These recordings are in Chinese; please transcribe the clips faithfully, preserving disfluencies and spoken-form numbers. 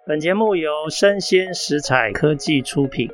本节目由生鲜食材科技出品。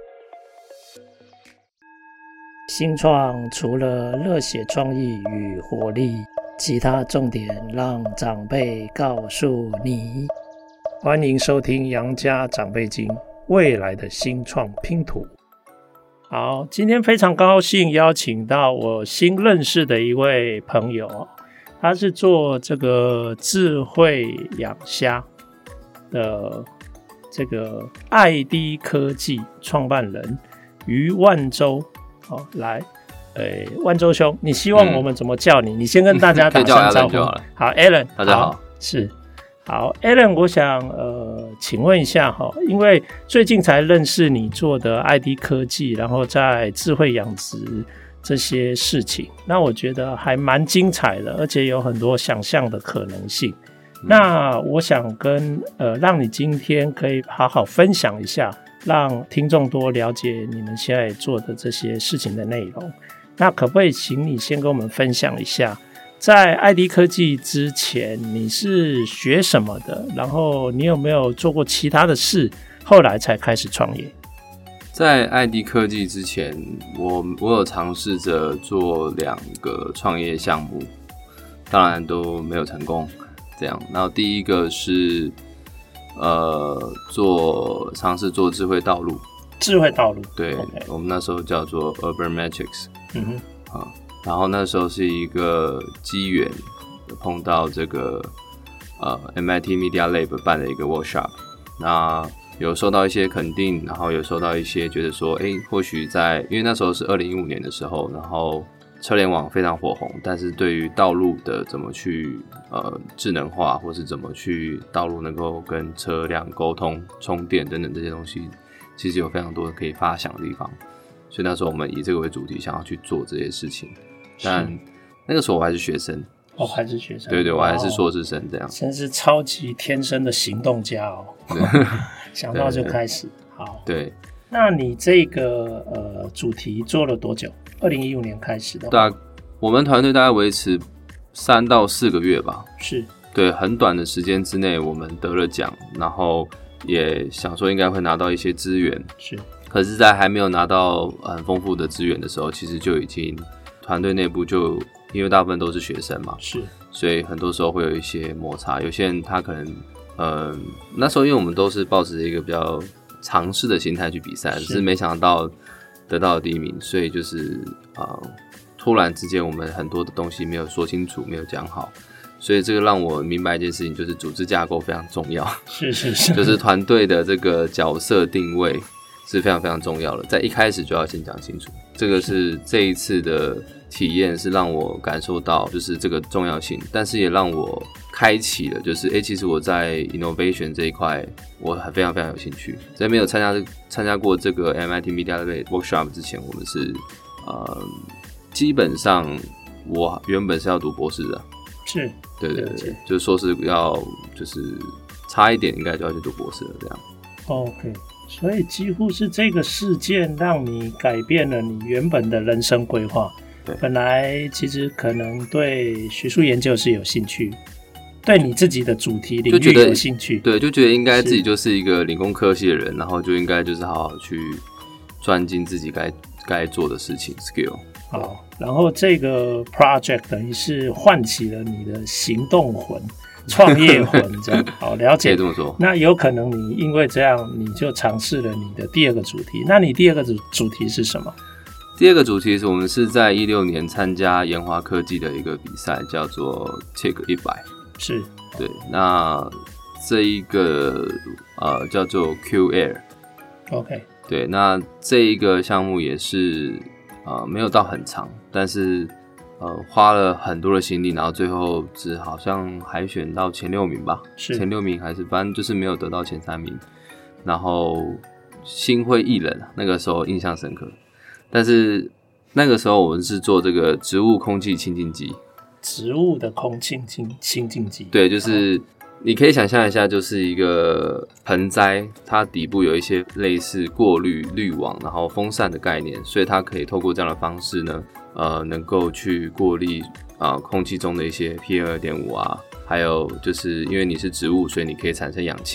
新创除了热血创意与活力，其他重点让长辈告诉你。欢迎收听杨家长辈经，未来的新创拼图。好，今天非常高兴邀请到我新认识的一位朋友，他是做这个智慧养虾的这个爱迪科技创办人于万洲。哦，来，呃，万洲兄，你希望我们怎么叫你？嗯、你先跟大家打声招呼。好, 好 ，Alan， 大家好， 是好 ，Alan， 我想呃，请问一下哈，因为最近才认识你做的爱迪科技，然后在智慧养殖这些事情，那我觉得还蛮精彩的，而且有很多想象的可能性。嗯、那我想跟呃，让你今天可以好好分享一下。让听众多了解你们现在做的这些事情的内容。那可不可以请你先跟我们分享一下，在爱迪科技之前你是学什么的？然后你有没有做过其他的事，后来才开始创业？ 在爱迪科技之前，我我有尝试着做两个创业项目，当然都没有成功。这样，然后第一个是。呃，做尝试做智慧道路， 智慧道路， 对， okay. 我们那时候叫做 Urban Metrics， 嗯哼， 啊，然后那时候是一个机缘，碰到这个呃 M I T Media Lab 办的一个 workshop， 那有受到一些肯定，然后有受到一些觉得说，哎，或许在，因为那时候是二零一五年的时候，然后车联网非常火红，但是对于道路的怎么去呃智能化，或是怎么去道路能够跟车辆沟通、充电等等这些东西，其实有非常多可以发想的地方。所以那时候我们以这个为主题，想要去做这些事情。但那个时候我还是学生， 哦，还是学生， 对对，我还是硕士生这样。 真是超级天生的行动家哦！想到就开始，好。 对， 那你这个呃主题做了多久？二零一五年开始的， 大我们团队大概维持三到四个月吧。 是， 对，很短的时间之内，我们得了奖，然后也想说应该会拿到一些资源。 是， 可是，在还没有拿到很丰富的资源的时候，其实就已经团队内部就因为大部分都是学生嘛， 是， 所以很多时候会有一些摩擦。有些人他可能，呃，那时候因为我们都是抱持一个比较尝试的心态去比赛，只是没想到。得到了第一名，所以就是呃，突然之间我们很多的东西没有说清楚，没有讲好，所以这个让我明白一件事情，就是组织架构非常重要。 是是是， 就是团队的这个角色定位是非常非常重要的，在一开始就要先讲清楚。这个是这一次的体验，是让我感受到就是这个重要性，但是也让我开启了，就是哎、欸，其实我在 innovation 这一块，我还非常非常有兴趣。在没有参加参加过这个 M I T Media Lab workshop 之前，我们是呃，基本上我原本是要读博士的， 是， 对对对，就是说是要就是差一点应该就要去读博士了这样。 OK， 所以几乎是这个事件让你改变了你原本的人生规划。 对， 本来其实可能对学术研究是有兴趣。对你自己的主题领域有兴趣， 对，就觉得应该自己就是一个理工科系的人，然后就应该就是好好去专精自己该该做的事情 skill。 好，然后这个 project 等于是唤起了你的行动魂、创业魂，这样好了解。 可以这么说。 那有可能你因为这样，你就尝试了你的第二个主题。那你第二个主主题是什么？ 第二个主题是我们是在一六年参加研华科技的一个比赛，叫做 T I C 一百。 是， 对，那这一个呃叫做 Q Air，OK， 对，那这一个项目也是呃没有到很长，但是呃花了很多的心力，然后最后只好像海选到前六名吧， 是前六名还是反正就是没有得到前三名，然后心灰意冷，那个时候印象深刻，但是那个时候我们是做这个植物空气清净机。 植物的空气清净机， 对，就是你可以想象一下，就是一个盆栽，它底部有一些类似过滤滤网，然后风扇的概念，所以它可以透过这样的方式呢，呃，能够去过滤啊、呃、空气中的一些 P M 二点五 啊，还有就是因为你是植物，所以你可以产生氧气，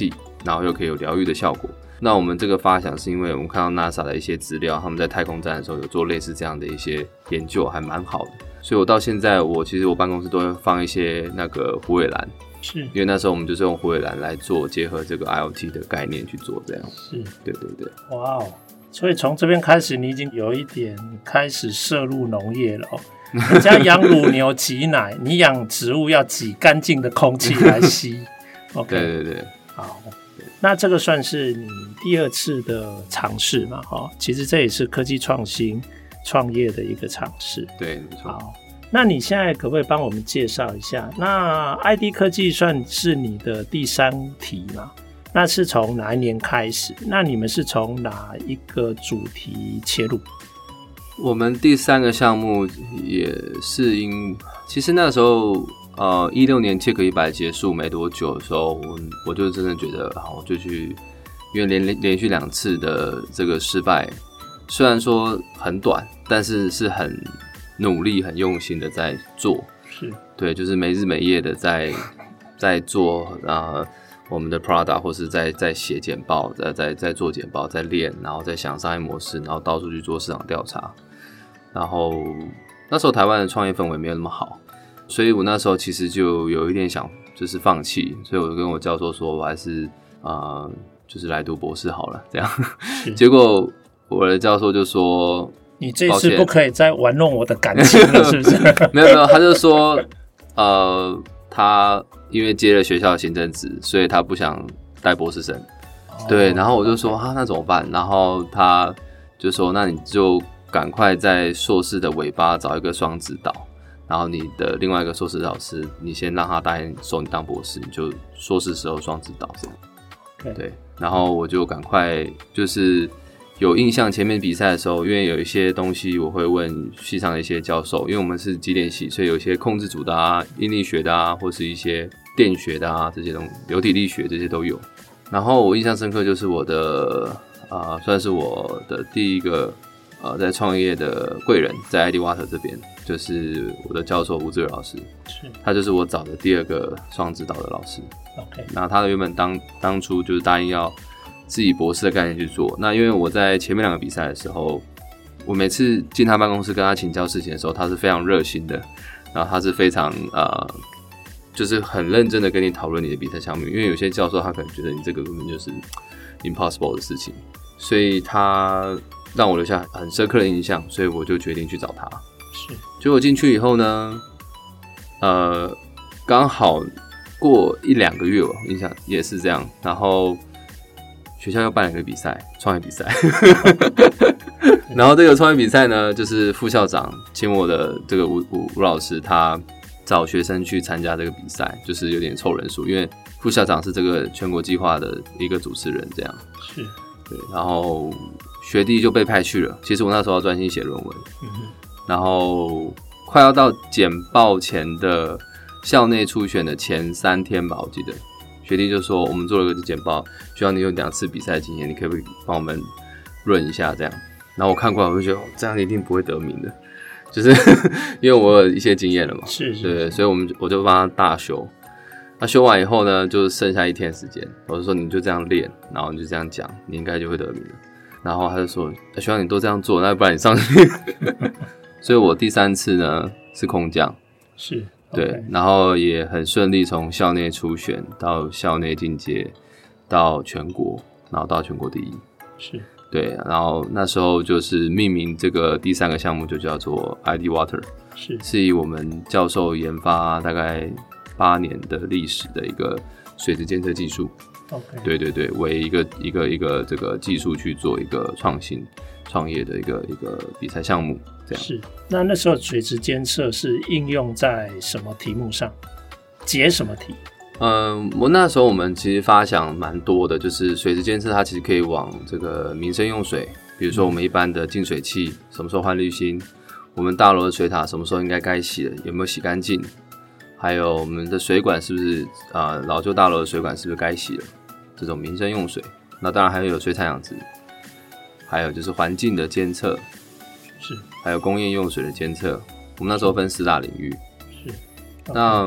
然后又可以有疗愈的效果。那我们这个发想是因为我们看到 NASA 的一些资料，他们在太空站的时候有做类似这样的一些研究，还蛮好的。所以我到现在，我其实我办公室都会放一些那个虎尾兰， 是因为那时候我们就是用虎尾兰来做结合这个 I O T 的概念去做这样。 是， 对对对。 哇哦！所以从这边开始，你已经有一点开始涉入农业了哦。人家养乳牛挤奶，你养植物要挤干净的空气来吸。OK， 对对对， 好。那这个算是你第二次的尝试嘛？哈，其实这也是科技创新创业的一个尝试。 对，没错。 好，那你现在可不可以帮我们介绍一下？那 I D 科技算是你的第三题嘛？那是从哪一年开始？那你们是从哪一个主题切入？ 我们第三个项目也是因，其实那时候。呃，一六年 Check 一百结束没多久的时候，我我就真的觉得，好，我就去，因为连连续两次的这个失败，虽然说很短，但是是很努力、很用心的在做， 是对，就是没日没夜的在在做啊、呃，我们的 product 或是在在写简报，在在在做简报，在练，然后在想商业模式，然后到处去做市场调查，然后那时候台湾的创业氛围没有那么好。所以我那时候其实就有一点想就是放弃，所以我就跟我教授说我还是呃就是来读博士好了这样。结果我的教授就说你这次不可以再玩弄我的感情了是不是？ 没有没有，他就说呃他因为接了学校的行政职，所以他不想带博士生、哦、对，然后我就说啊那怎么办，然后他就说那你就赶快在硕士的尾巴找一个双指导，然后你的另外一个硕士老师，你先让他答应收你当博士，你就硕士时候双指导这样。Okay. 对，然后我就赶快就是有印象，前面比赛的时候，因为有一些东西我会问系上的一些教授，因为我们是机电系，所以有一些控制组的啊、应力学的啊，或是一些电学的啊这些东西，流体力学这些都有。然后我印象深刻就是我的啊、呃，算是我的第一个呃在创业的贵人，在 I D Water 这边。就是我的教授吴志伟老师，是他就是我找的第二个双指导的老师。 OK， 那他原本当当初就是答应要自己博士的概念去做。那因为我在前面两个比赛的时候，我每次进他办公室跟他请教事情的时候，他是非常热心的，然后他是非常呃，就是很认真的跟你讨论你的比赛项目。因为有些教授他可能觉得你这个根本就是 impossible 的事情，所以他让我留下很深刻的印象，所以我就决定去找他。 是， 结果进去以后呢，呃，刚好过一两个月，我印象也是这样。然后学校又办了一个比赛，创业比赛。然后这个创业比赛呢，就是副校长请我的这个吴吴吴老师，他找学生去参加这个比赛，就是有点凑人数，因为副校长是这个全国计划的一个主持人，这样是对。然后学弟就被派去了。其实我那时候要专心写论文。嗯哼，然后快要到简报前的校内初选的前三天吧，我记得学弟就说我们做了个简报，需要你有两次比赛经验，你可不可以帮我们润一下这样？然后我看过来我就觉得、哦、这样一定不会得名的，就是因为我有一些经验了嘛， 是是是， 对，所以我们我就帮他大修。那修完以后呢，就剩下一天时间，我就说你就这样练，然后你就这样讲，你应该就会得名了。然后他就说学长你都这样做，那不然你上去。所以我第三次呢是空降， 是、okay. 对，然后也很顺利，从校内初选到校内进阶，到全国，然后到全国第一， 是对，然后那时候就是命名这个第三个项目就叫做 I D Water， 是是以我们教授研发大概八年的历史的一个水质监测技术。 Okay. 对对对，为一个一个一个这个技术去做一个创新创业的一个一个比赛项目，这样是。那那时候水质监测是应用在什么题目上？解什么题？ 嗯，我那时候我们其实发想蛮多的，就是水质监测它其实可以往这个民生用水，比如说我们一般的净水器什么时候换滤芯，我们大楼的水塔什么时候应该该洗了，有没有洗干净？还有我们的水管是不是啊、呃、老旧大楼的水管是不是该洗了？这种民生用水，那当然还有水产养殖，还有就是环境的监测， 是， 还有工业用水的监测。我们那时候分四大领域。 是， okay. 那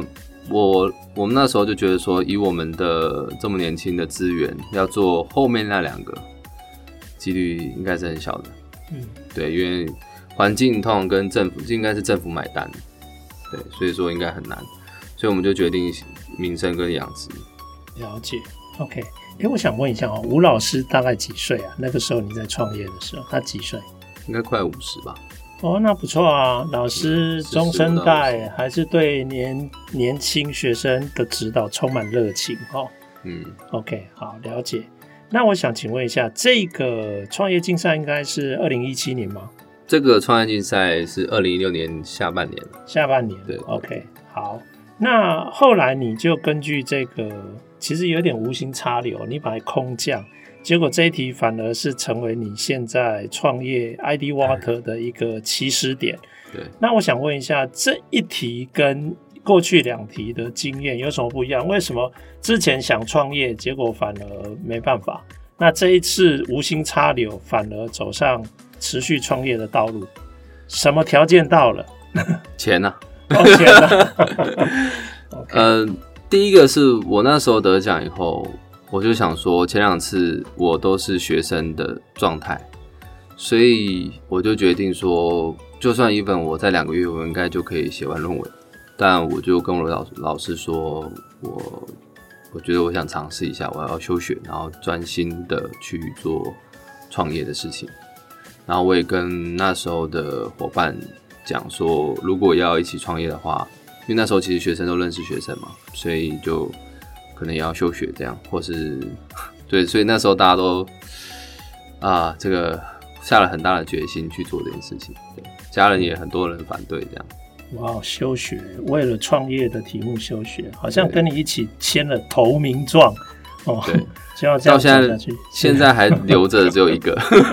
我我们那时候就觉得说，以我们的这么年轻的资源，要做后面那两个，几率应该是很小的。嗯，对，因为环境通常跟政府应该是政府买单，对，所以说应该很难，所以我们就决定民生跟养殖。 了解 ，OK。哎、欸，我想问一下哦，吴老师大概几岁啊？那个时候你在创业的时候，他几岁？ 应该快五十吧。 哦，那不错啊！老师中生代还是对年年轻学生的指导充满热情哦。嗯 ，OK， 好，了解。那我想请问一下，这个创业竞赛应该是二零一七年吗？ 这个创业竞赛是二零一六年下半年。 下半年，对 ，OK， 好。那后来你就根据这个，其实有点无心插柳，你把它空降。结果这一题反而是成为你现在创业 I D Water 的一个起始点。 对， 那我想问一下，这一题跟过去两题的经验有什么不一样？为什么之前想创业，结果反而没办法？那这一次无心插柳，反而走上持续创业的道路？什么条件到了？ 钱啊！ 哦，钱啊！okay. 呃，第一个是我那时候得奖以后。我就想说，前两次我都是学生的状态，所以我就决定说，就算一本我在两个月我应该就可以写完论文，但我就跟我的 老, 老师说，我我觉得我想尝试一下，我要休学，然后专心的去做创业的事情。然后我也跟那时候的伙伴讲说，如果要一起创业的话，因为那时候其实学生都认识学生嘛，所以就。可能也要休学这样，或是对，所以那时候大家都啊，这个下了很大的决心去做这件事情。对，家人也很多人反对这样。 哇，休学，为了创业的题目休学，好像跟你一起签了投名状哦。 对， 就要这样走下去。 现在还留着只有一个。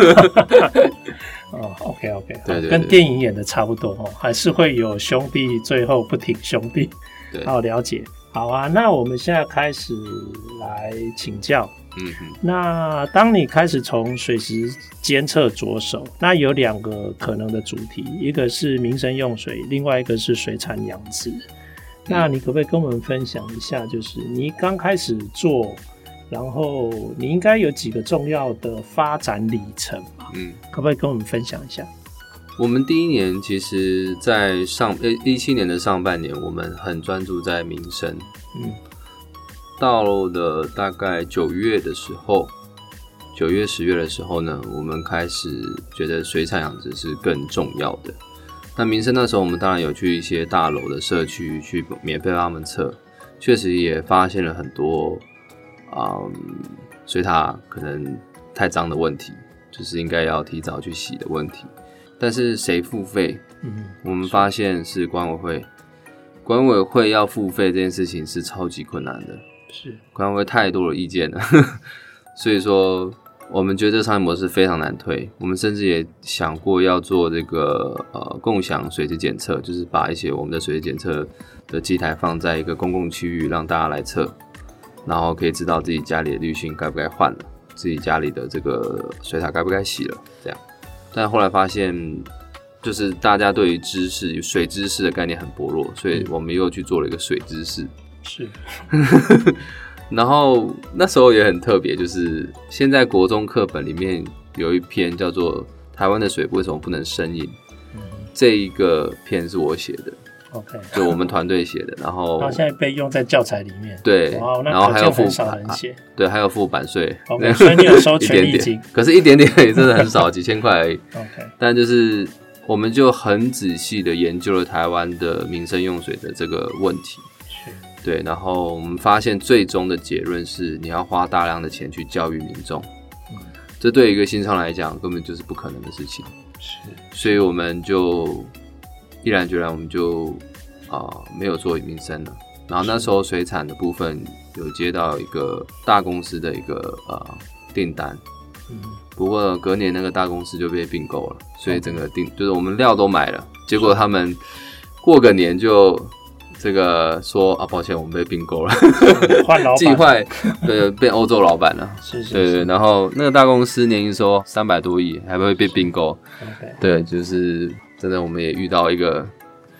哦 ，OK OK， 对 对, 对， 跟电影演的差不多哦，还是会有兄弟最后不挺兄弟。 对， 好，了解。好啊，那我们现在开始来请教。嗯哼，那当你开始从水质监测着手，那有两个可能的主题，一个是民生用水，另外一个是水产养殖。那你可不可以跟我们分享一下，就是你刚开始做，然后你应该有几个重要的发展里程嘛？嗯，可不可以跟我们分享一下？ 我们第一年其实在上呃一七年的上半年，我们很专注在民生。嗯，到了大概九月的时候，九月十月的时候呢，我们开始觉得水产养殖是更重要的。那民生那时候，我们当然有去一些大楼的社区去免费帮他们测，确实也发现了很多嗯水塔可能太脏的问题，就是应该要提早去洗的问题。但是谁付费？嗯，我们发现是管委会。管委会要付费这件事情是超级困难的， 是管委会太多的意见了，所以说我们觉得这商业模式非常难推。我们甚至也想过要做这个呃共享水质检测，就是把一些我们的水质检测的机台放在一个公共区域，让大家来测，然后可以知道自己家里的滤芯该不该换了，自己家里的这个水塔该不该洗了，这样。但后来发现，就是大家对于知识、水知识的概念很薄弱，所以我们又去做了一个水知识。 是。 然后那时候也很特别，就是现在国中课本里面有一篇叫做《台湾的水为什么不能生饮》，嗯，这一个篇是我写的。OK， 就我们团队写的，然后然后现在被用在教材里面。 对，然后还有付少人写， 对，还有付版税。 OK， 所以你有收权利金， 可是一点点也真的很少，几千块而已。 OK， 但就是我们就很仔细的研究了台湾的民生用水的这个问题。对，然后我们发现最终的结论是，你要花大量的钱去教育民众，嗯，这对一个新创来讲根本就是不可能的事情。 是， 所以我们就毅然决然，我们就啊、呃、没有做民生了。然后那时候水产的部分有接到一个大公司的一个呃订单，嗯，不过隔年那个大公司就被并购了，所以整个订就是我们料都买了，结果他们过个年就。这个说啊，抱歉，我们被并购了， 换老板， 季坏，对，变欧洲老板了， 是是是， 对对。然后那个大公司年营收三百多亿，还会被并购， okay. 对，就是真的，我们也遇到一个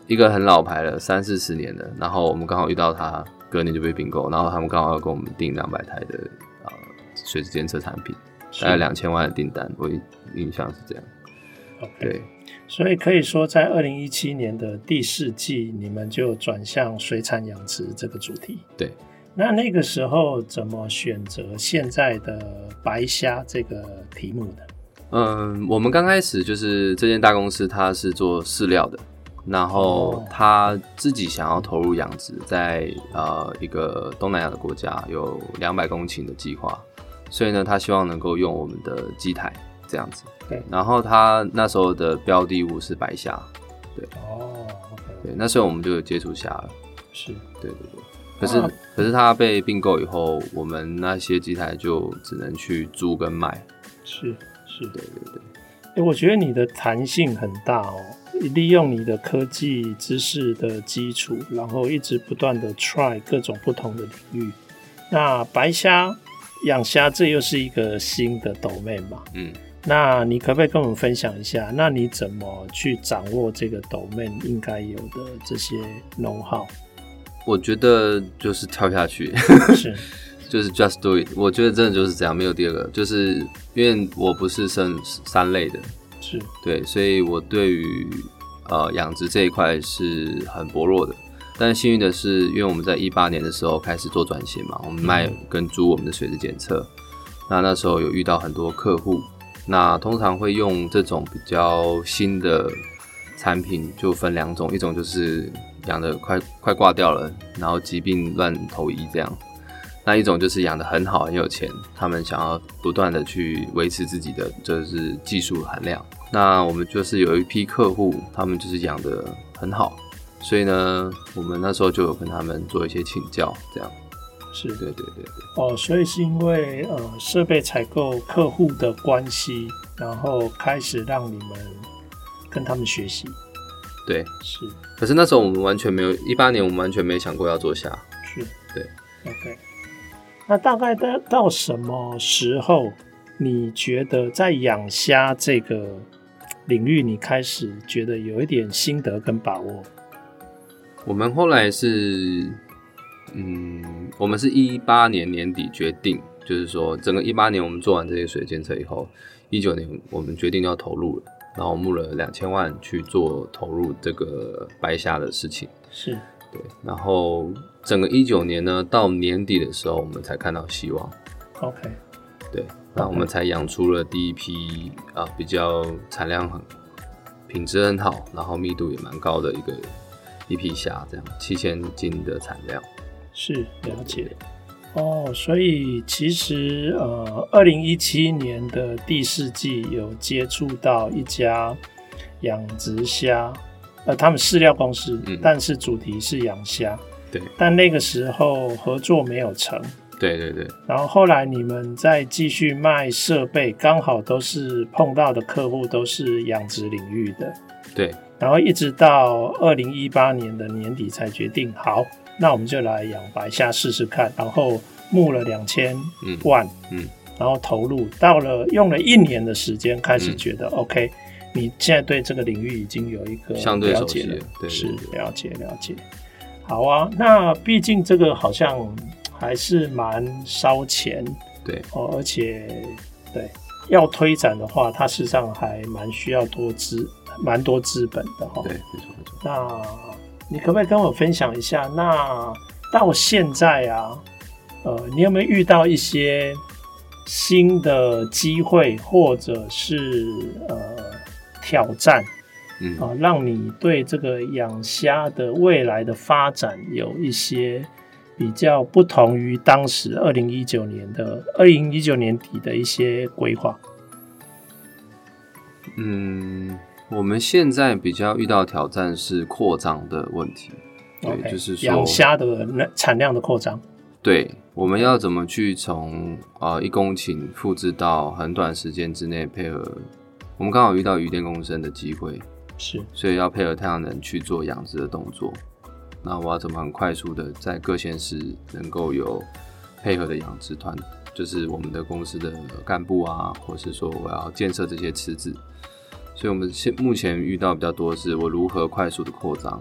一个很老牌了，三四十年的，然后我们刚好遇到他，隔年就被并购，然后他们刚好要跟我们订两百台的呃水质监测产品，大概两千万的订单，我印象是这样。 Okay. 对， 所以可以说，在二零一七年的第四季，你们就转向水产养殖这个主题。 对， 那那个时候怎么选择现在的白虾这个题目的？ 嗯，我们刚开始就是这间大公司，它是做饲料的，然后他自己想要投入养殖，在呃一个东南亚的国家有两百公顷的计划，所以呢，他希望能够用我们的机台这样子。 对， 然后他那时候的标的物是白虾，对， 哦 ，OK， 对，那时候我们就有接触虾了， 是， 对对对。可是、啊、可是他被并购以后，我们那些机台就只能去租跟卖， 是是， 对对对。 欸，我觉得你的弹性很大哦，利用你的科技知识的基础，然后一直不断的 try 各种不同的领域。那白虾养虾这又是一个新的 domain 嘛，嗯。那你可不可以跟我们分享一下，那你怎么去掌握这个 domain 应该有的这些 know how？ 我觉得就是跳下去， 是， 就是 just do it。我觉得真的就是这样，没有第二个。就是因为我不是生三类的， 是对，所以我对于呃养殖这一块是很薄弱的。但幸运的是，因为我们在一八年的时候开始做转型嘛，我们卖跟租我们的水质检测，嗯、那那时候有遇到很多客户。那通常会用这种比较新的产品，就分两种，一种就是养得快快挂掉了，然后疾病乱投医这样；那一种就是养得很好，很有钱，他们想要不断的去维持自己的就是技术含量。那我们就是有一批客户，他们就是养得很好，所以呢，我们那时候就有跟他们做一些请教，这样。 是， 对对对对。 哦，所以是因为呃设备采购客户的关系，然后开始让你们跟他们学习。 对， 是。 可是那时候我们完全没有，一八年我们完全没想过要做虾。 是， 对。 OK， 那大概到到什么时候，你觉得在养虾这个领域，你开始觉得有一点心得跟把握？ 我们后来是。嗯，我们是一八年年底决定，就是说整个一八年我们做完这些水监测以后，一九年我们决定要投入了，然后募了两千万去做投入这个白虾的事情。 是， 对，然后整个一九年呢，到年底的时候，我们才看到希望。 OK， 对，那我们才养出了第一批啊、呃、比较产量很、品质很好，然后密度也蛮高的一个一批虾，这样七千斤的产量。 是，了解。哦，所以其实呃，二零一七年的第四季有接触到一家养殖虾，呃，他们饲料公司，嗯、但是主题是养虾。 对。 但那个时候合作没有成。 对对对。 然后后来你们再继续卖设备，刚好都是碰到的客户都是养殖领域的。 对。然后一直到二零一八年的年底才决定好。那我们就来养白虾试试看，然后募了两千万，嗯，嗯然后投入，到了用了一年的时间，开始觉得、嗯、OK， 你现在对这个领域已经有一个相对熟悉了解了， 对对对是了解了解。好啊，那毕竟这个好像还是蛮烧钱， 对哦，而且对要推展的话，它事实上还蛮需要多资，蛮多资本的哈、哦。 对，没错没错。 那你可不可以跟我分享一下？那到现在啊，呃，你有没有遇到一些新的机会，或者是呃挑战？嗯啊、呃，让你对这个养虾的未来的发展有一些比较不同于当时二零一九年的二零一九年底的一些规划。 嗯。我们现在比较遇到挑战是扩张的问题，对， okay, 就是说养虾的产量的扩张。 对，我们要怎么去从呃一公顷复制到很短时间之内配合？我们刚好遇到渔电共生的机会， 是， 所以要配合太阳能去做养殖的动作。那我要怎么很快速的在各县市能够有配合的养殖团，就是我们的公司的干部啊，或是说我要建设这些池子。所以我们现目前遇到比较多的是我如何快速的扩张，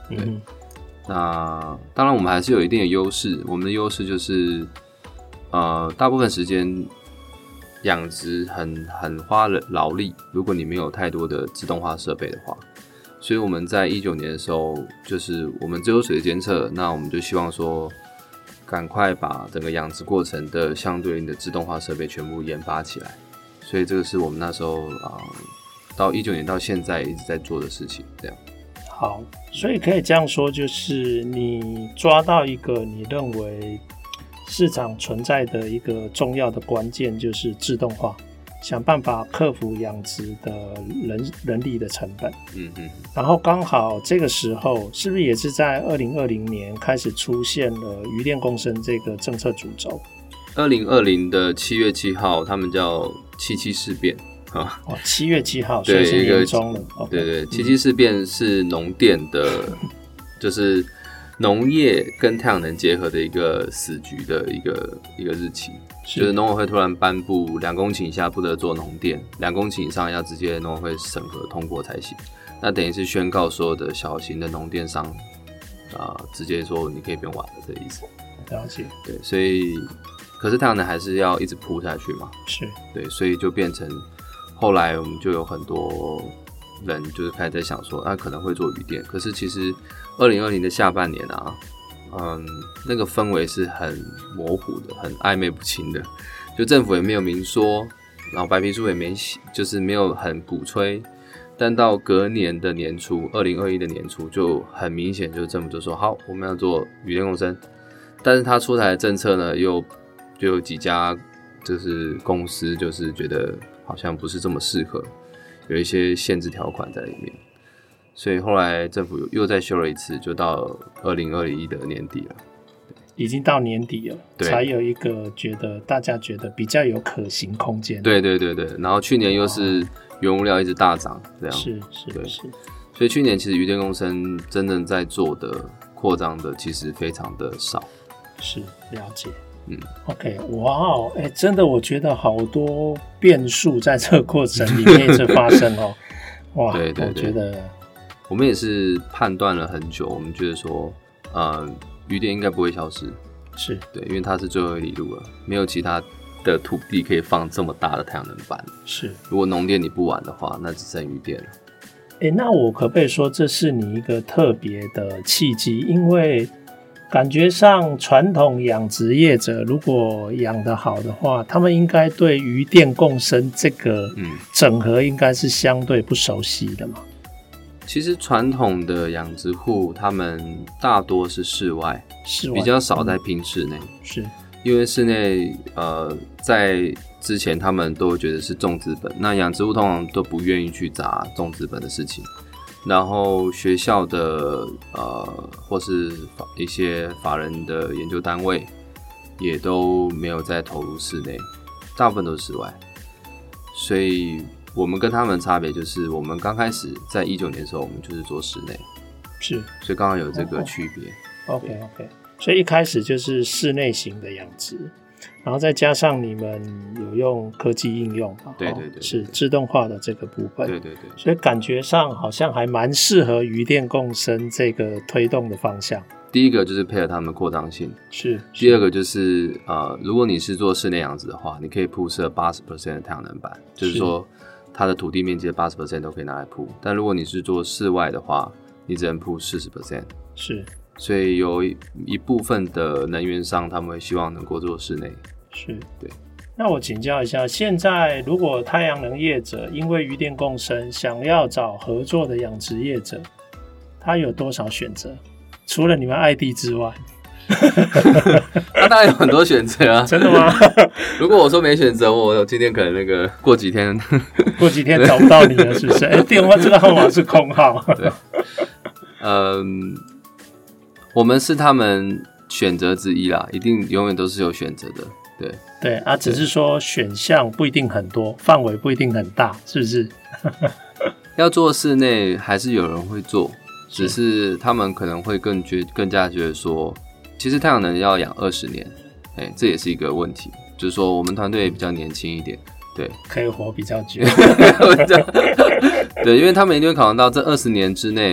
对，嗯、那当然我们还是有一定的优势，我们的优势就是呃，大部分时间养殖很很花劳力，如果你没有太多的自动化设备的话。所以我们在一九年的时候，就是我们只有水的监测，那我们就希望说，赶快把整个养殖过程的相对应的自动化设备全部研发起来。所以这个是我们那时候啊、呃，到一九年到现在一直在做的事情。这样。 好，所以可以这样说，就是你抓到一个你认为市场存在的一个重要的关键，就是自动化。想办法克服养殖的 人, 人力的成本，嗯嗯，然后刚好这个时候，是不是也是在二零二零年开始出现了渔电共生这个政策主轴？ 二零二零的七月七号，他们叫七七事变啊， 哦，七月七号，所以是年中了。 对对，七七事变是农电的，就是农业跟太阳能结合的一个死局的一个一个日期。就是农委会突然颁布两公顷以下不得做农电，两公顷以上要直接农委会审核通过才行。那等于是宣告所有的小型的农电商，啊、呃，直接说你可以不用玩了这个意思。 了解。 对，所以可是太阳能还是要一直铺下去嘛。 是。对， 所以就变成后来我们就有很多人就是开始在想说，啊可能会做渔电，可是其实二零二零的下半年啊。嗯，那个氛围是很模糊的，很暧昧不清的，就政府也没有明说，然后白皮书也没写，就是没有很鼓吹，但到隔年的年初，二零二一的年初就很明显，就是政府就说好，我们要做渔电共生，但是他出台的政策呢，又就有几家就是公司就是觉得好像不是这么适合，有一些限制条款在里面。所以后来政府又再修了一次，就到二零二一的年底了， 已经到年底了，才有一个觉得大家觉得比较有可行空间。 对对对对，然后去年又是原物料一直大涨，这样是是对是， 所以去年其实渔电共生真正在做的扩张的其实非常的少。 是，了解。嗯 ，OK， 哇哦，哎，真的我觉得好多变数在这个过程里面一直发生哦。哇，对对对，我觉得。 我们也是判断了很久，我们觉得说，呃，渔电应该不会消失， 是对，因为它是最后一里路了，没有其他的土地可以放这么大的太阳能板。 是， 如果农电你不玩的话，那只剩渔电了。 欸，那我可不可以说这是你一个特别的契机？因为感觉上传统养殖业者如果养得好的话，他们应该对渔电共生这个整合应该是相对不熟悉的嘛。 其实传统的养殖户，他们大多是室外， 室外比较少在拼室内， 嗯，是因为室内呃在之前他们都觉得是重资本，那养殖户通常都不愿意去砸重资本的事情，然后学校的呃或是一些法人的研究单位也都没有再投入室内，大部分都是室外，所以。我们跟他们的差别就是，我们刚开始在一九年的时候，我们就是做室内， 是， 所以刚好有这个区别。 OK OK， 所以一开始就是室内型的养殖，然后再加上你们有用科技应用嘛， 对对 对, 对， 是自动化的这个部分， 对对对， 所以感觉上好像还蛮适合渔电共生这个推动的方向。 第一个就是配合他们的扩张性， 是。 第二个就是呃，如果你是做室内养殖的话，你可以铺设 百分之八十 的太阳能板，就是说。它的土地面积的 百分之八十 都可以拿来铺，但如果你是做室外的话，你只能铺 百分之四十。 是， 所以有一部分的能源商他们会希望能够做室内。 是， 对。 那我请教一下，现在如果太阳能业者因为渔电共生想要找合作的养殖业者，他有多少选择？除了你们爱地之外。 那当然有很多选择啊！ 真的吗？ 如果我说没选择，我今天可能那个过几天， 过几天找不到你了，是不是？哎，电话这个号码是空号。 对，嗯，我们是他们选择之一啦，一定永远都是有选择的。对对啊，只是说选项不一定很多，范围不一定很大，是不是？ 要做室内，还是有人会做，只是他们可能会更觉更加觉得说。其实太阳能要养二十年，欸，这也是一个问题。就是说，我们团队比较年轻一点，对， 可以活比较久。 对，因为他们一定会考量到这二十年之内，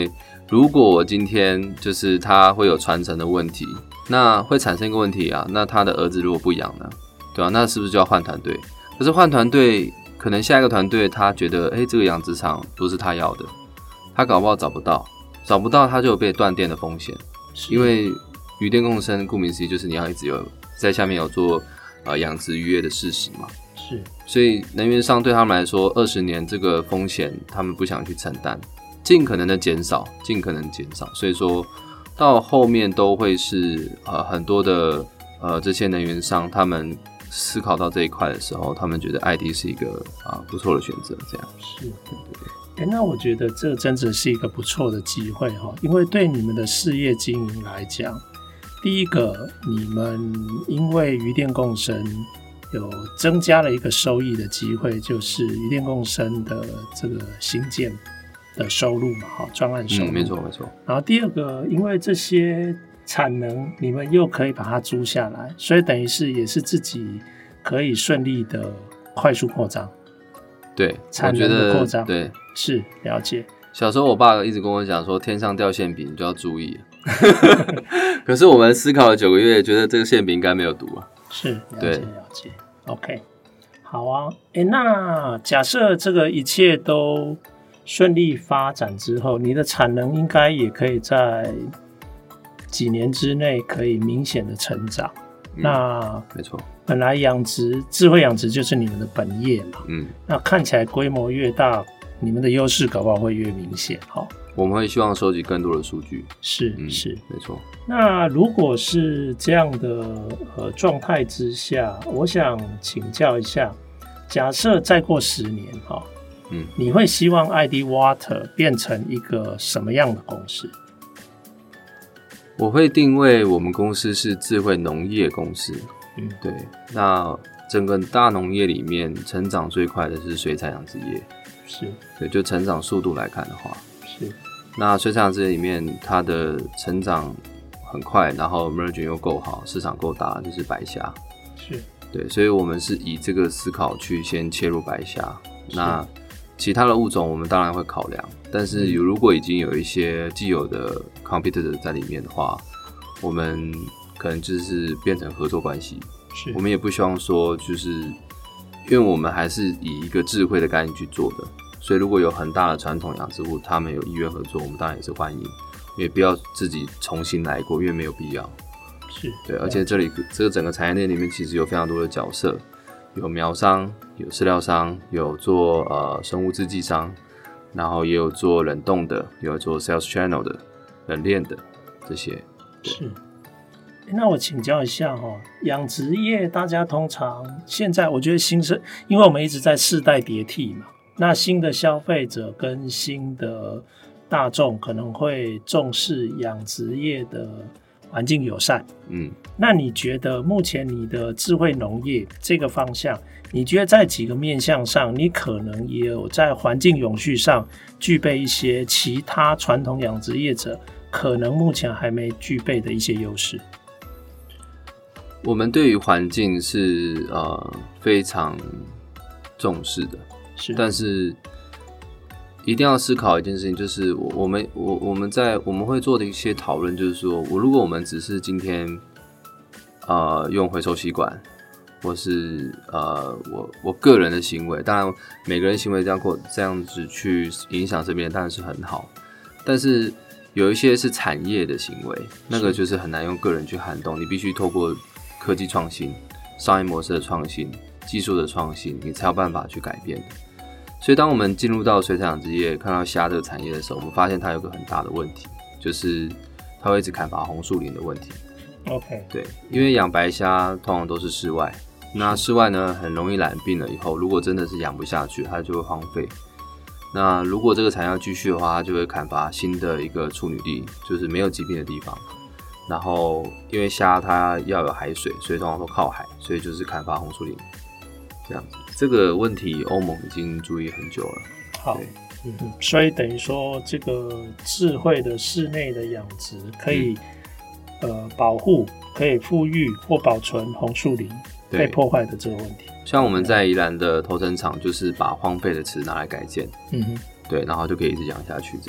如果我今天就是它会有传承的问题，那会产生一个问题啊，那他的儿子如果不养呢，对吧、啊？那是不是就要换团队？可是换团队，可能下一个团队他觉得，哎、欸，这个养殖场不是他要的，他搞不好找不到，找不到他就有被断电的风险，因为渔电共生，顾名思义就是你要一直有在下面有做呃养殖渔业的事实嘛。 是， 所以能源上对他们来说，二十年这个风险他们不想去承担，尽可能的减少，尽可能减少。所以说到后面都会是呃很多的呃这些能源商他们思考到这一块的时候，他们觉得 I D 是一个啊、呃、不错的选择。这样是，对对对。欸、那我觉得这真的是一个不错的机会哈，因为对你们的事业经营来讲，第一个你们因为渔电共生。有增加了一个收益的机会，就是渔电共生的这个新建的收入嘛，哈，专案收入， 嗯，没错没错。 然后第二个，因为这些产能你们又可以把它租下来，所以等于是也是自己可以顺利的快速扩张。 对， 产能的扩张， 对， 是了解。 小时候我爸一直跟我讲说，天上掉馅饼你就要注意。可是我们思考了九个月，觉得这个馅饼应该没有毒啊。 是，了解了解。OK， 好啊，欸，那假设这个一切都顺利发展之后，你的产能应该也可以在几年之内可以明显的成长。嗯，那没错， 本来养殖智慧养殖就是你们的本业嘛， 嗯， 那看起来规模越大，你们的优势搞不好会越明显。好， 我们会希望收集更多的数据。 是， 嗯，是，没错。 那如果是这样的呃状态之下，我想请教一下，假设再过十年哈，嗯，你会希望 I D Water 变成一个什么样的公司？ 我会定位我们公司是智慧农业公司。嗯，对。那整个大农业里面，成长最快的是水产养殖业。 是， 对，就成长速度来看的话， 是。 那水产养殖业里面，它的成长很快，然后 margin 又够好，市场够大，就是白虾。 是， 对，所以我们是以这个思考去先切入白虾。那其他的物种我们当然会考量，但是有如果已经有一些既有的 competitor 在里面的话，我们可能就是变成合作关系。 是，我们也不希望说就是，因为我们还是以一个智慧的概念去做的。所以如果有很大的传统养殖户，他们有意愿合作，我们当然也是欢迎，也不要自己重新来过，因为没有必要。 是， 对，而且这里这个整个产业链里面其实有非常多的角色，有苗商，有饲料商，有做呃生物制剂商，然后也有做冷冻的，有做 sales channel 的，冷链的这些。 是。那我请教一下哈，养殖业大家通常现在我觉得新生，因为我们一直在世代迭替嘛。那新的消费者跟新的大众可能会重视养殖业的环境友善。嗯，那你觉得目前你的智慧农业这个方向，你觉得在几个面向上，你可能也有在环境永续上具备一些其他传统养殖业者可能目前还没具备的一些优势？ 我们对于环境是呃非常重视的。是，但是一定要思考一件事情，就是我我们我我们在我们会做的一些讨论，就是说我如果我们只是今天呃用回收吸管，或是呃我我个人的行为，当然每个人行为这样过这样子去影响身边，当然是很好，但是有一些是产业的行为，那个就是很难用个人去撼动，你必须透过科技创新、商业模式的创新、技术的创新，你才有办法去改变的。所以当我们进入到水产养殖业，看到虾这个产业的时候，我们发现它有个很大的问题，就是它会一直砍伐红树林的问题。 OK， 对，因为养白虾通常都是室外，那室外呢很容易染病了以后，如果真的是养不下去，它就会荒废。那如果这个产业要继续的话，它就会砍伐新的一个处女地，就是没有疾病的地方。然后因为虾它要有海水，所以通常都靠海，所以就是砍伐红树林这样子。这个问题欧盟已经注意很久了。 好，嗯，所以等于说这个智慧的室内的养殖可以、嗯、呃保护、可以富裕或保存红树林被破坏的这个问题。 像我们在宜兰的头城厂，就是把荒废的池拿来改建，嗯哼，对，然后就可以一直养下去这样。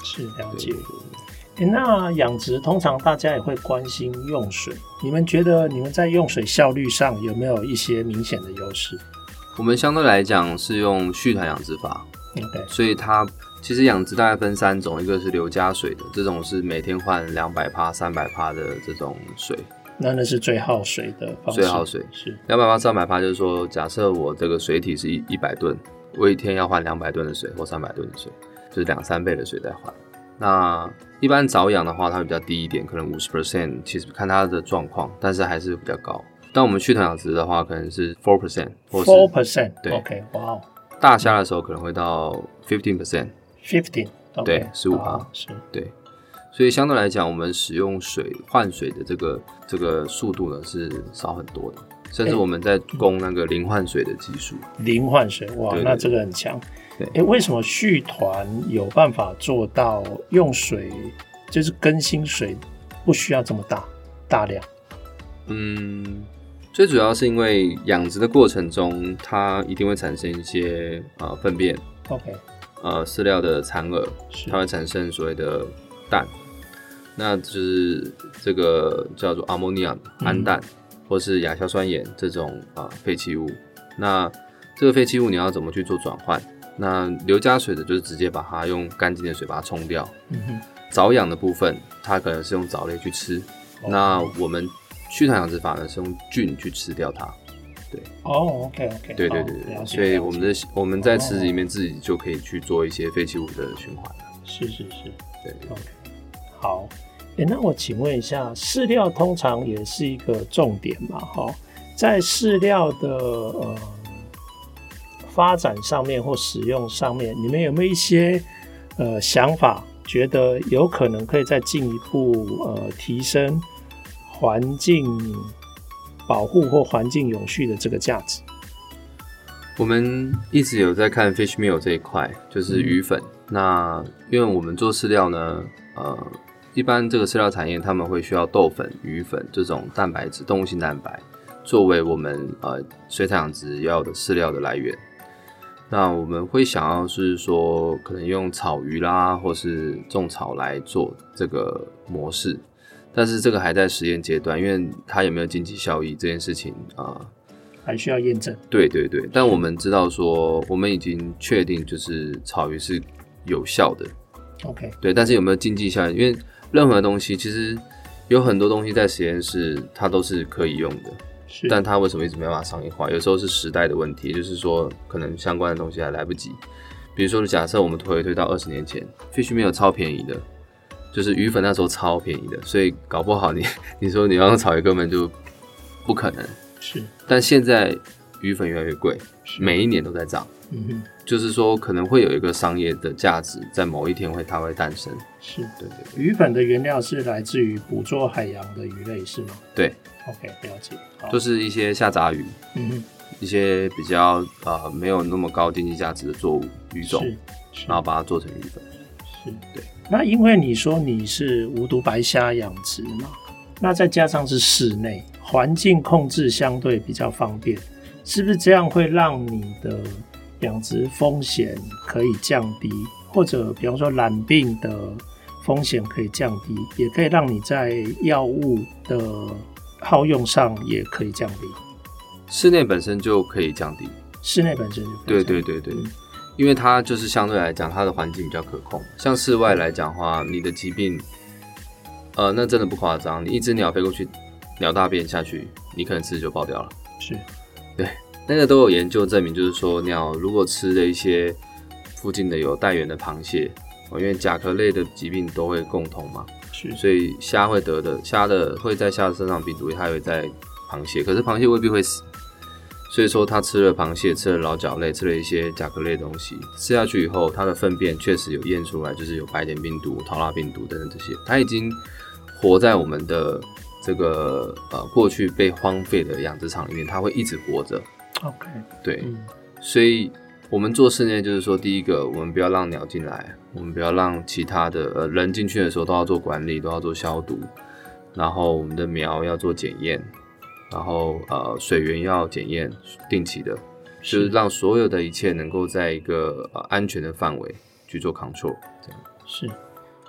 是了解。欸、那养殖通常大家也会关心用水，你们觉得你们在用水效率上有没有一些明显的优势？ 我们相对来讲是用蓄团养殖法， okay. 所以它其实养殖大概分三种，一个是流加水的，这种是每天换两百趴、三百趴的这种水， 那那是最耗水的方式， 最耗水是两百趴、三百趴，就是说，假设我这个水体是一百吨，我一天要换两百吨的水或三百吨的水，就是两三倍的水在换。那一般早养的话，它会比较低一点，可能 百分之五十， 其实看它的状况，但是还是比较高。但我们蓄团养殖的话，可能是 百分之四 或是百分之四， 对 ，OK， 哇、wow ， 大虾的时候可能会到 百分之十五， 十五， 对， 百分之十五、 哦，是， 对。所以相对来讲，我们使用水换水的这个这个速度呢是少很多的，甚至我们在供那个零换水的技术。 零换水，哇，对对对，那这个很强。哎、欸，为什么蓄团有办法做到用水就是更新水不需要这么大大量？ 嗯，最主要是因为养殖的过程中，它一定会产生一些呃粪便 ，OK， 呃饲料的残饵，它会产生所谓的氮，那就是这个叫做 ammonia 氨氮、嗯、或是亚硝酸盐这种啊、呃、废弃物。那这个废弃物你要怎么去做转换？那流加水的就是直接把它用干净的水把它冲掉。嗯哼。早养的部分，它可能是用藻类去吃。哦、那我们蓄团养殖法呢是用菌去吃掉它。对。 哦 ，OK OK。 对对对对。所以我们的我们在池子里面自己就可以去做一些废弃物的循环。 是是是。 对。 OK。好。欸、那我请问一下，饲料通常也是一个重点嘛？哈，在饲料的呃。发展上面或使用上面，你们有没有一些呃想法，觉得有可能可以再进一步呃提升环境保护或环境永续的这个价值？ 我们一直有在看 fish meal 这一块，就是鱼粉。嗯、那因为我们做饲料呢，呃，一般这个饲料产业他们会需要豆粉、鱼粉这种蛋白质、动物性蛋白，作为我们呃水产养殖要的饲料的来源。那我们会想要是说，可能用草鱼啦，或是种草来做这个模式，但是这个还在实验阶段，因为它有没有经济效益这件事情啊、呃， 还需要验证。 对对对，但我们知道说，我们已经确定就是草鱼是有效的。 OK， 对，但是有没有经济效益？因为任何东西其实有很多东西在实验室它都是可以用的。但它为什么一直没办法商业化？有时候是时代的问题，也就是说，可能相关的东西还来不及。比如说，假设我们推推到二十年前 ，fish meal 超便宜的，就是鱼粉那时候超便宜的，所以搞不好你你说你要用草鱼根本就不可能。 是，但现在鱼粉越来越贵，每一年都在涨。嗯哼，就是说可能会有一个商业的价值，在某一天会它会诞生。 是， 对对对。 鱼粉的原料是来自于捕捉海洋的鱼类，是吗？ 对。 OK， 了解。 就是一些下杂鱼，嗯哼，一些比较呃没有那么高经济价值的作物鱼种，然后把它做成鱼粉。 是，对。那因为你说你是无毒白虾养殖嘛，那再加上是室内，环境控制相对比较方便，是不是这样会让你的养殖风险可以降低，或者比方说染病的风险可以降低，也可以让你在药物的耗用上也可以降低？ 室内本身就可以降低， 室内本身就可以降低， 对对对对、嗯，因为它就是相对来讲，它的环境比较可控。像室外来讲的话，你的疾病，呃，那真的不夸张，你一只鸟飞过去，鸟大便下去，你可能吃就爆掉了。 是， 对，那个都有研究证明，就是说鸟如果吃了一些附近的有带源的螃蟹，因为甲壳类的疾病都会共同嘛。所以虾会得的，虾的会在虾的身上病毒，它也会在螃蟹，可是螃蟹未必会死。所以说，它吃了螃蟹，吃了老甲类，吃了一些甲壳类的东西，吃下去以后，它的粪便确实有验出来，就是有白点病毒、陶蜡病毒等等这些，它已经活在我们的这个呃过去被荒废的养殖场里面，它会一直活着。 OK， 对，嗯、所以。我们做室内就是说，第一个，我们不要让鸟进来，我们不要让其他的呃人进去的时候都要做管理，都要做消毒，然后我们的苗要做检验，然后呃水源要检验，定期的，就是让所有的一切能够在一个呃安全的范围去做 control， 这样是。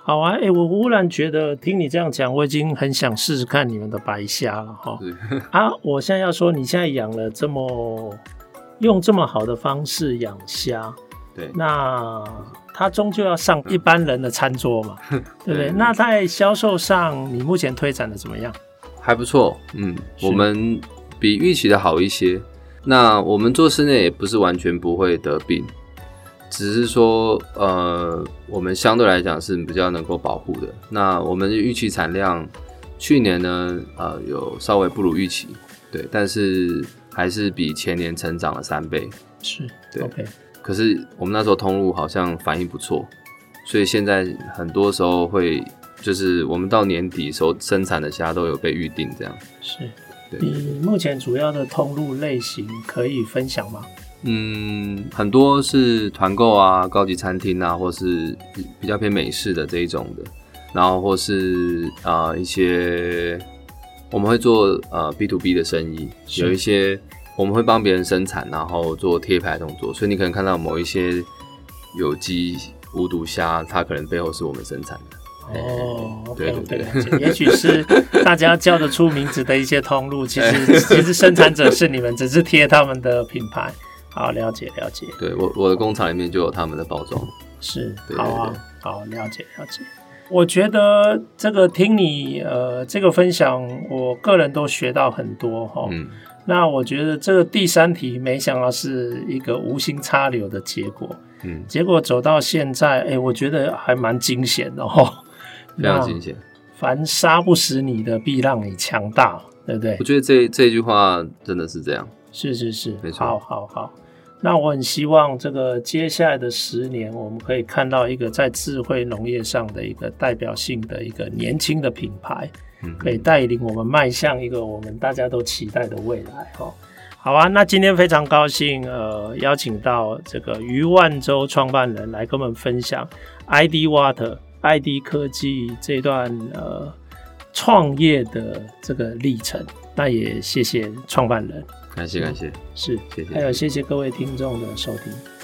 好啊，哎、欸，我忽然觉得听你这样讲，我已经很想试试看你们的白虾了哈。啊，我现在要说，你现在养了这么用这么好的方式养虾， 对， 那它终究要上一般人的餐桌嘛，嗯、对不对？那在销售上，你目前推展的怎么样？ 还不错，嗯，我们比预期的好一些。那我们做室内也不是完全不会得病。只是说，呃，我们相对来讲是比较能够保护的。那我们的预期产量，去年呢，呃，有稍微不如预期，对，但是还是比前年成长了三倍。 是， 对。 OK。 可是我们那时候通路好像反应不错，所以现在很多时候会，就是我们到年底时候生产的虾都有被预定，这样。 是。你目前主要的通路类型可以分享吗？ 嗯，很多是团购啊、高级餐厅啊，或是比较偏美式的这一种的，然后或是啊、呃、一些我们会做呃 B to B 的生意，有一些我们会帮别人生产，然后做贴牌动作，所以你可能看到某一些有机无毒虾，它可能背后是我们生产的。 哦， 对对对，也许是大家叫得出名字的一些通路，其实其实生产者是你们，只是贴他们的品牌。好，了解了解。 对，我我的工厂里面就有他们的包装。 是， 对对对， 好啊，好，了解了解。我觉得这个听你呃这个分享，我个人都学到很多哈。嗯。那我觉得这个第三题，没想到是一个无心插柳的结果。嗯。结果走到现在，哎、欸，我觉得还蛮惊险的哈。 非常惊险。 凡杀不死你的，必让你强大，对不对？ 我觉得这这句话真的是这样。 是是是， 没错。 好好好。那我很希望这个接下来的十年，我们可以看到一个在智慧农业上的一个代表性的一个年轻的品牌，嗯、可以带领我们迈向一个我们大家都期待的未来哈。好啊，那今天非常高兴，呃，邀请到这个余万洲创办人来跟我们分享 I D Water、I D 科技这段呃创业的这个历程。那也谢谢创办人。 感谢感谢， 是， 谢谢， 还有谢谢各位听众的收听。